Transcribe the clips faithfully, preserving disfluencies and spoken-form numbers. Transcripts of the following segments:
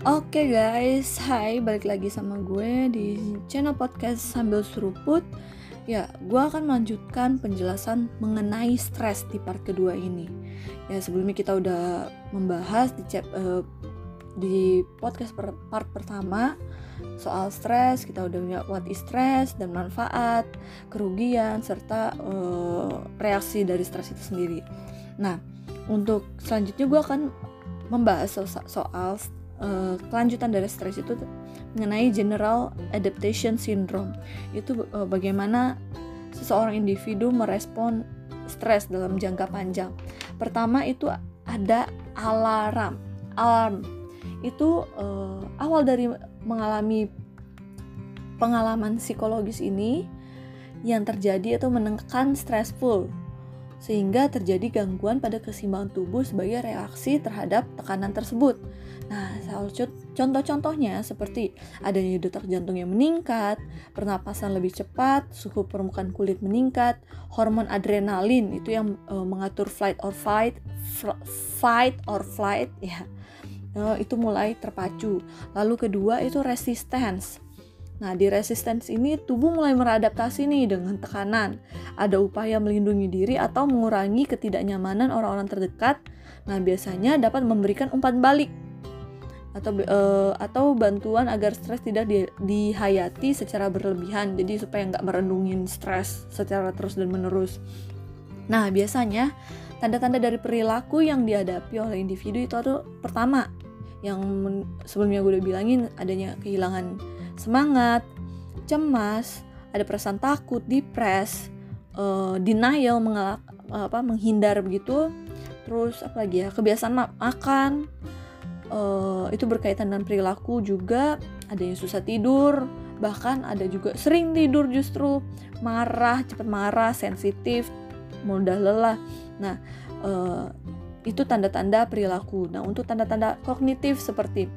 Oke guys, hai, balik lagi sama gue di channel podcast Sambil Seruput. Ya, gue akan melanjutkan penjelasan mengenai stres di part kedua ini. Ya, sebelumnya kita udah membahas di chat, uh, di podcast per, part pertama soal stres. Kita udah lihat what is stress dan manfaat, kerugian, serta uh, reaksi dari stres itu sendiri. Nah, untuk selanjutnya gue akan membahas so- soal Uh, kelanjutan dari stres itu mengenai General Adaptation Syndrome. Itu uh, bagaimana seseorang individu merespon stres dalam jangka panjang. Pertama itu ada alarm. Alarm itu uh, awal dari mengalami pengalaman psikologis ini yang terjadi atau menekan stressful, sehingga terjadi gangguan pada keseimbangan tubuh sebagai reaksi terhadap tekanan tersebut. Nah, contoh-contohnya seperti adanya detak jantung yang meningkat, pernapasan lebih cepat, suhu permukaan kulit meningkat, hormon adrenalin itu yang uh, mengatur flight or fight, fl- fight or flight ya, uh, itu mulai terpacu. Lalu kedua itu resistance. Nah, di resistance ini tubuh mulai beradaptasi nih dengan tekanan. Ada upaya melindungi diri atau mengurangi ketidaknyamanan orang-orang terdekat. Nah, biasanya dapat memberikan umpan balik atau uh, atau bantuan agar stres tidak di, dihayati secara berlebihan. Jadi supaya nggak merendungin stres secara terus dan menerus. Nah, biasanya tanda-tanda dari perilaku yang dihadapi oleh individu itu ada pertama, yang men- sebelumnya gue udah bilangin, adanya kehilangan semangat, cemas, ada perasaan takut, depres, uh, denial, mengelak, uh, apa, menghindar begitu. Terus apa lagi ya, kebiasaan ma- makan, uh, itu berkaitan dengan perilaku juga. Ada yang susah tidur, bahkan ada juga sering tidur justru, marah, cepat marah, sensitif, mudah lelah. Nah, uh, itu tanda-tanda perilaku. Nah, untuk tanda-tanda kognitif seperti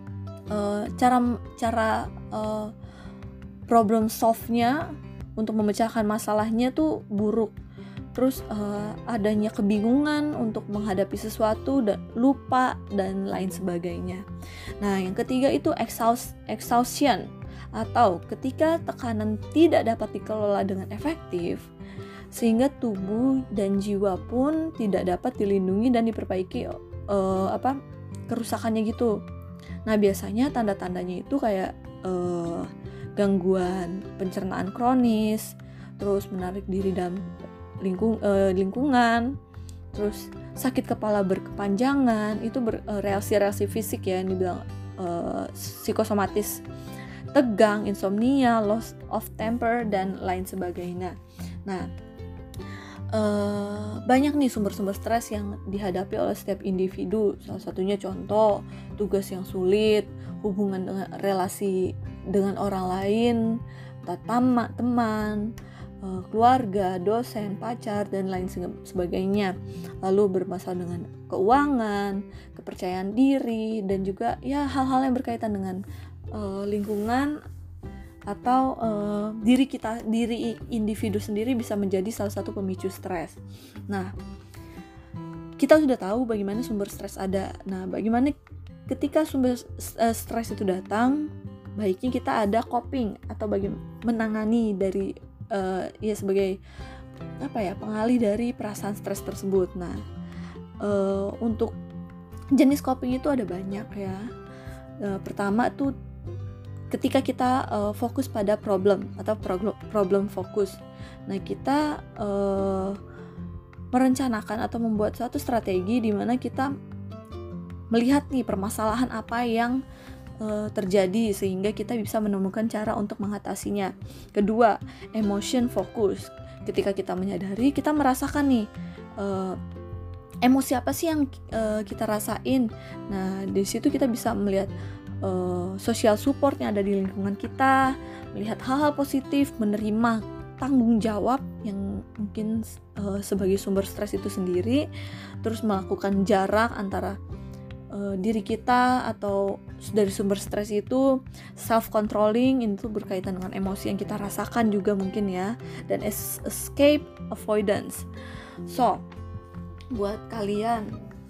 Uh, cara cara uh, problem solve-nya untuk memecahkan masalahnya tuh buruk. Terus uh, adanya kebingungan untuk menghadapi sesuatu dan lupa dan lain sebagainya. Nah, yang ketiga itu exhaust, exhaustion atau ketika tekanan tidak dapat dikelola dengan efektif sehingga tubuh dan jiwa pun tidak dapat dilindungi dan diperbaiki uh, apa kerusakannya gitu. Nah, biasanya tanda-tandanya itu kayak uh, gangguan pencernaan kronis, terus menarik diri dalam lingkung, uh, lingkungan, terus sakit kepala berkepanjangan, itu ber, uh, reaksi-reaksi fisik ya yang dibilang uh, psikosomatis, tegang, insomnia, loss of temper, dan lain sebagainya. Nah, Uh, banyak nih sumber-sumber stres yang dihadapi oleh setiap individu. Salah satunya contoh tugas yang sulit, hubungan dengan relasi dengan orang lain, tatama, teman, uh, keluarga, dosen, pacar, dan lain sebagainya. Lalu bermasalah dengan keuangan, kepercayaan diri, dan juga ya hal-hal yang berkaitan dengan uh, lingkungan atau uh, diri kita, diri individu sendiri bisa menjadi salah satu pemicu stres. Nah, kita sudah tahu bagaimana sumber stres ada. Nah, bagaimana ketika sumber uh, stres itu datang, baiknya kita ada coping atau bagaimana menangani dari uh, ya sebagai apa ya pengalih dari perasaan stres tersebut. Nah, uh, untuk jenis coping itu ada banyak ya. Uh, pertama tuh ketika kita uh, fokus pada problem atau pro- problem fokus. Nah, kita uh, merencanakan atau membuat suatu strategi di mana kita melihat nih permasalahan apa yang uh, terjadi sehingga kita bisa menemukan cara untuk mengatasinya. Kedua, emotion focus. Ketika kita menyadari, kita merasakan nih uh, emosi apa sih yang uh, kita rasain. Nah, di situ kita bisa melihat Uh, social support yang ada di lingkungan kita, melihat hal-hal positif, menerima tanggung jawab yang mungkin uh, sebagai sumber stres itu sendiri, terus melakukan jarak antara uh, diri kita atau dari sumber stres itu, self controlling itu berkaitan dengan emosi yang kita rasakan juga mungkin ya, dan escape avoidance. So, buat kalian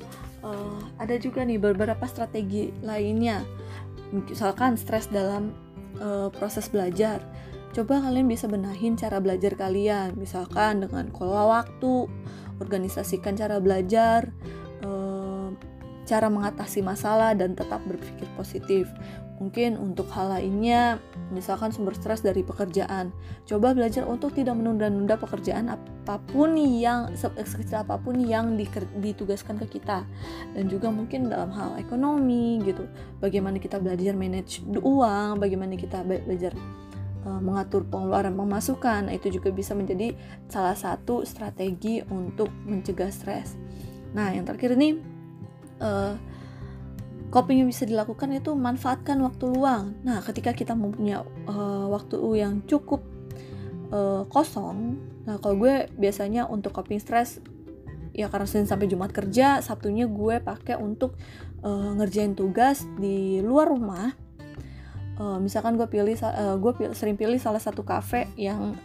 uh, ada juga nih beberapa strategi lainnya. Misalkan stres dalam uh, proses belajar. Coba kalian bisa benahin cara belajar kalian, misalkan dengan kelola waktu, organisasikan cara belajar, uh, cara mengatasi masalah dan tetap berpikir positif. Mungkin untuk hal lainnya, misalkan sumber stres dari pekerjaan, coba belajar untuk tidak menunda-nunda pekerjaan apapun yang sekecil apapun yang ditugaskan ke kita. Dan juga mungkin dalam hal ekonomi gitu, bagaimana kita belajar manage uang, bagaimana kita belajar uh, mengatur pengeluaran pemasukan. Itu juga bisa menjadi salah satu strategi untuk mencegah stres. Nah, yang terakhir ini uh, coping yang bisa dilakukan itu manfaatkan waktu luang. Nah, ketika kita mempunyai uh, waktu yang cukup uh, kosong, nah kalau gue biasanya untuk coping stress, ya karena Senin sampai Jumat kerja, Sabtunya gue pakai untuk uh, ngerjain tugas di luar rumah. Uh, misalkan gue pilih, uh, gue pilih, sering pilih salah satu kafe yang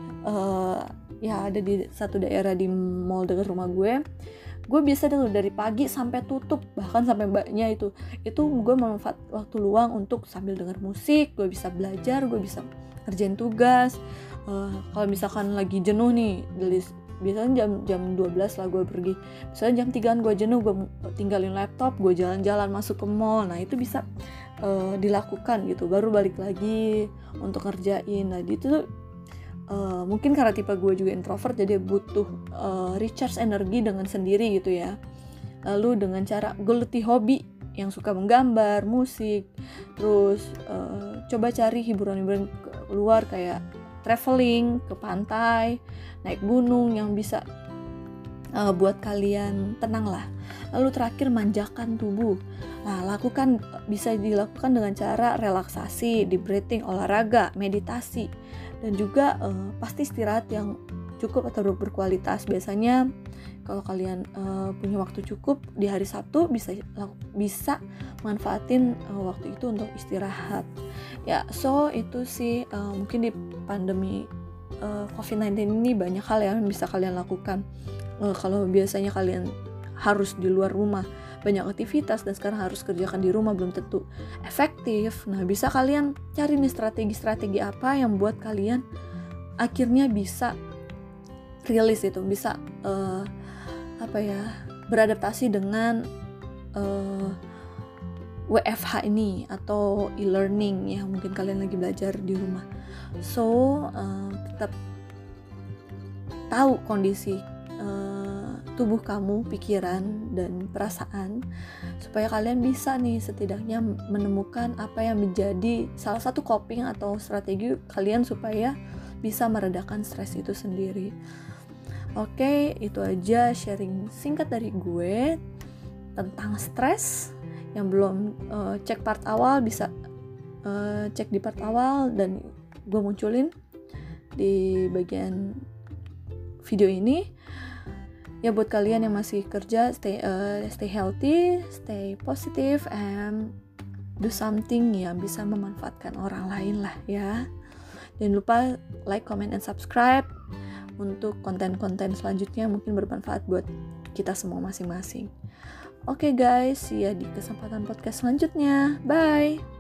uh, ya ada di satu daerah di mall dekat rumah gue. Gue biasa dulu dari pagi sampai tutup, bahkan sampai mbaknya itu itu gue memanfaat waktu luang untuk sambil denger musik, gue bisa belajar, gue bisa ngerjain tugas. Uh, kalau misalkan lagi jenuh nih, dari biasanya jam jam dua belas lah gue pergi, misalnya jam tigaan gue jenuh, gue tinggalin laptop, gue jalan-jalan masuk ke mall. Nah itu bisa uh, dilakukan gitu, baru balik lagi untuk ngerjain. Nah itu tuh Uh, mungkin karena tipe gue juga introvert, jadi butuh uh, recharge energi dengan sendiri gitu ya. Lalu dengan cara geluti hobi yang suka menggambar, musik, terus uh, coba cari hiburan-hiburan luar kayak traveling ke pantai, naik gunung yang bisa uh, buat kalian tenang lah. Lalu terakhir, manjakan tubuh. Nah, lakukan bisa dilakukan dengan cara relaksasi, deep breathing, olahraga, meditasi, dan juga uh, pasti istirahat yang cukup atau berkualitas. Biasanya kalau kalian uh, punya waktu cukup di hari Sabtu, bisa bisa manfaatin uh, waktu itu untuk istirahat. Ya, so itu sih uh, mungkin di pandemi uh, covid sembilan belas ini banyak hal yang bisa kalian lakukan. Uh, kalau biasanya kalian harus di luar rumah, banyak aktivitas, dan sekarang harus kerjakan di rumah, belum tentu efektif. Nah, bisa kalian cari nih strategi-strategi apa yang buat kalian akhirnya bisa rilis itu, bisa uh, apa ya, beradaptasi dengan uh, W F H ini atau e-learning yang mungkin kalian lagi belajar di rumah. So uh, tetap tahu kondisi uh, tubuh kamu, pikiran, dan perasaan, supaya kalian bisa nih setidaknya menemukan apa yang menjadi salah satu coping atau strategi kalian supaya bisa meredakan stres itu sendiri. Oke, itu aja sharing singkat dari gue tentang stres. Yang belum uh, cek part awal bisa uh, cek di part awal, dan gue munculin di bagian video ini. Ya, buat kalian yang masih kerja, stay uh, stay healthy, stay positive, and do something yang bisa memanfaatkan orang lain lah ya. Jangan lupa like, comment, and subscribe untuk konten-konten selanjutnya mungkin bermanfaat buat kita semua masing-masing. Oke guys, see ya di kesempatan podcast selanjutnya. Bye.